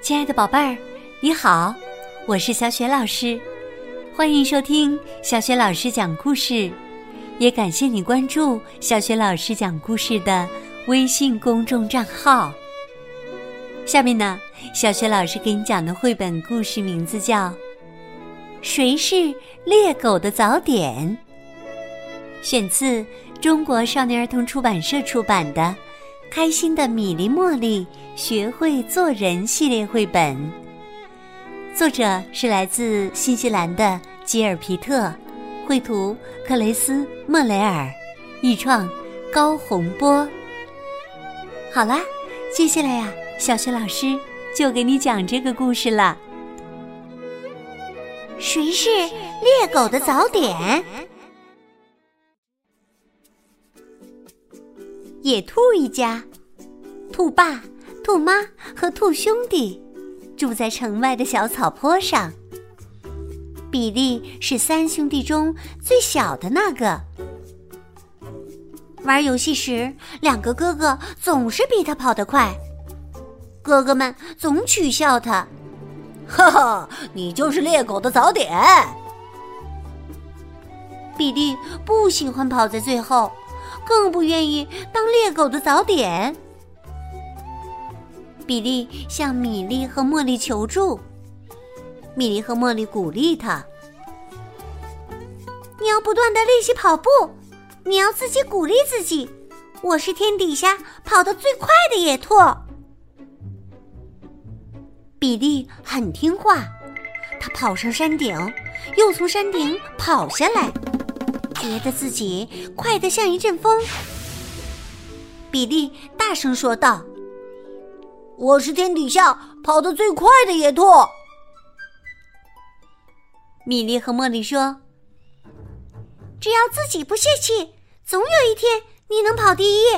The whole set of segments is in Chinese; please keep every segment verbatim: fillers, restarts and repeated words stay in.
亲爱的宝贝儿，你好，我是小雪老师，欢迎收听小雪老师讲故事，也感谢你关注小雪老师讲故事的微信公众账号。下面呢，小雪老师给你讲的绘本故事名字叫《谁是猎狗的早点》，选自中国少年儿童出版社出版的《开心的米粒茉莉学会做人》系列绘本，作者是来自新西兰的吉尔皮特，绘图克雷斯莫雷尔，译创高洪波。好啦，接下来呀、啊，小雪老师就给你讲这个故事了。 谁是猎狗的早点？野兔一家，兔爸、兔妈和兔兄弟住在城外的小草坡上。比利是三兄弟中最小的那个。玩游戏时，两个哥哥总是比他跑得快，哥哥们总取笑他。 哈哈，你就是猎狗的早点。 比利不喜欢跑在最后，更不愿意当猎狗的早点。比利向米莉和茉莉求助，米莉和茉莉鼓励他：你要不断地练习跑步，你要自己鼓励自己，我是天底下跑得最快的野兔。比利很听话，他跑上山顶，又从山顶跑下来，觉得自己快得像一阵风。比利大声说道： 我是天底下跑得最快的野兔。 米莉和茉莉说：只要自己不泄气，总有一天你能跑第一。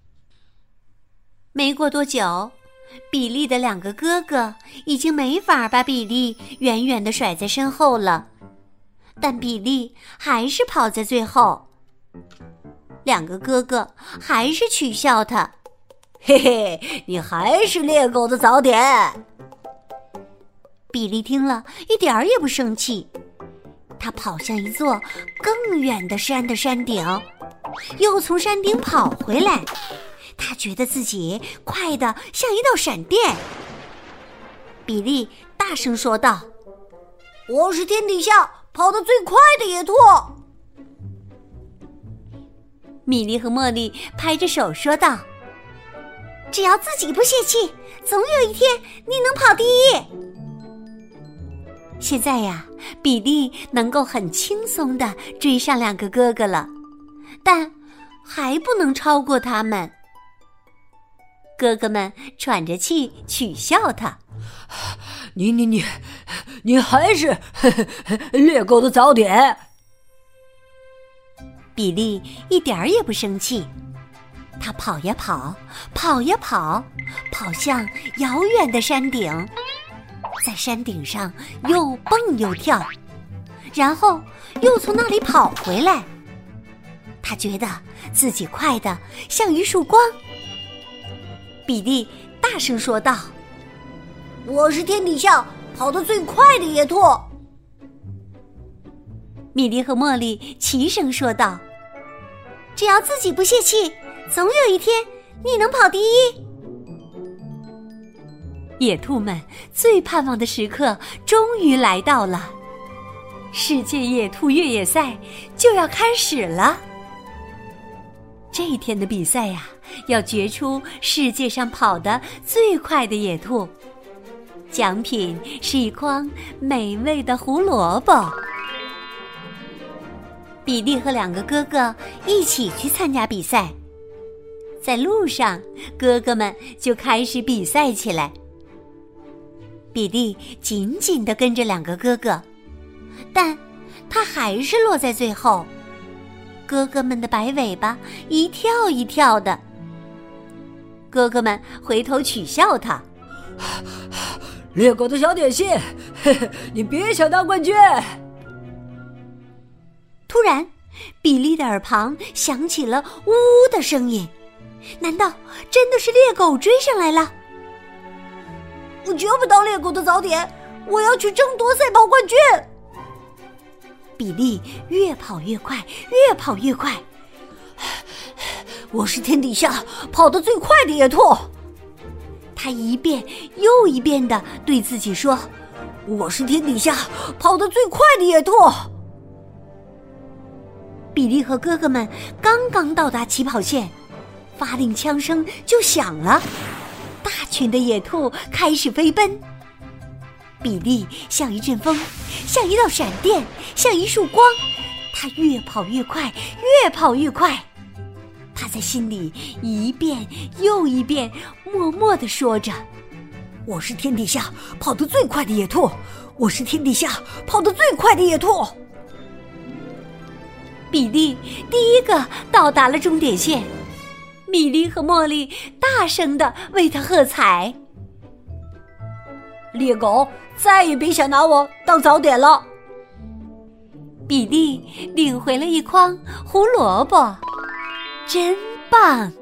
没过多久，比利的两个哥哥已经没法把比利远远地甩在身后了，但比利还是跑在最后。两个哥哥还是取笑他： 嘿嘿，你还是猎狗的早点。 比利听了一点儿也不生气，他跑向一座更远的山的山顶，又从山顶跑回来。他觉得自己快得像一道闪电。比利大声说道： 我是天底下跑得最快的野兔。 米莉和茉莉拍着手说道：只要自己不泄气，总有一天你能跑第一。现在呀，比利能够很轻松地追上两个哥哥了，但还不能超过他们。哥哥们喘着气取笑他： 你你你你还是猎狗的早点。 比利一点儿也不生气，他跑呀跑，跑呀跑，跑向遥远的山顶，在山顶上又蹦又跳，然后又从那里跑回来。他觉得自己快得像一束光。比利大声说道： 我是天底下跑得最快的野兔。 米莉和茉莉齐声说道：只要自己不泄气，总有一天你能跑第一。野兔们最盼望的时刻终于来到了，世界野兔越野赛就要开始了。这一天的比赛呀、啊，要决出世界上跑得最快的野兔，奖品是一筐美味的胡萝卜。比利和两个哥哥一起去参加比赛，在路上，哥哥们就开始比赛起来。比利紧紧地跟着两个哥哥，但他还是落在最后。哥哥们的白尾巴一跳一跳的，哥哥们回头取笑他： 猎狗的小点心，嘿嘿，你别想当冠军。 突然，比利的耳旁响起了呜呜的声音，难道真的是猎狗追上来了？ 我绝不当猎狗的早点，我要去争夺赛跑冠军。比利越跑越快，越跑越快。我是天底下跑得最快的野兔。他一遍又一遍地对自己说，我是天底下跑得最快的野兔。比利和哥哥们刚刚到达起跑线，发令枪声就响了，大群的野兔开始飞奔。比利像一阵风，像一道闪电，像一束光，他越跑越快，越跑越快。他在心里一遍又一遍默默地说着，我是天底下跑得最快的野兔，我是天底下跑得最快的野兔。比利第一个到达了终点线，米莉和茉莉大声地为他喝彩。猎狗再也别想拿我当早点了。比利领回了一筐胡萝卜，真棒！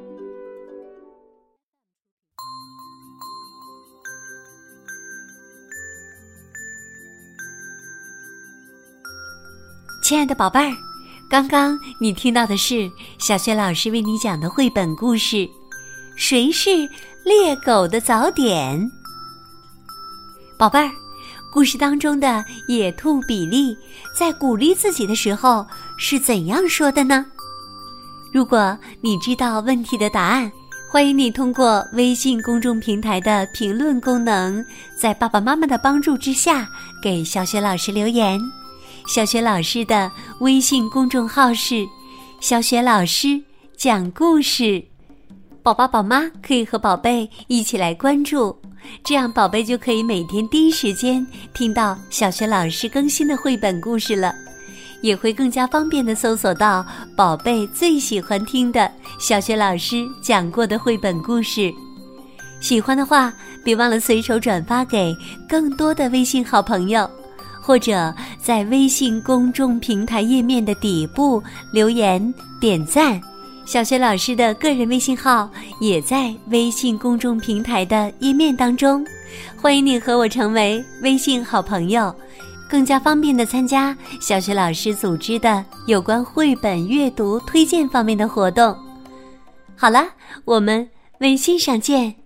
亲爱的宝贝儿，刚刚你听到的是小雪老师为你讲的绘本故事《谁是猎狗的早点》。宝贝儿，故事当中的野兔比利在鼓励自己的时候是怎样说的呢？如果你知道问题的答案，欢迎你通过微信公众平台的评论功能，在爸爸妈妈的帮助之下给小雪老师留言。小雪老师的微信公众号是小雪老师讲故事，宝宝宝妈可以和宝贝一起来关注，这样宝贝就可以每天第一时间听到小雪老师更新的绘本故事了，也会更加方便地搜索到宝贝最喜欢听的小雪老师讲过的绘本故事。喜欢的话，别忘了随手转发给更多的微信好朋友，或者在微信公众平台页面的底部留言点赞。小雪老师的个人微信号也在微信公众平台的页面当中，欢迎你和我成为微信好朋友，更加方便地参加小雪老师组织的有关绘本阅读推荐方面的活动。好了，我们微信上见。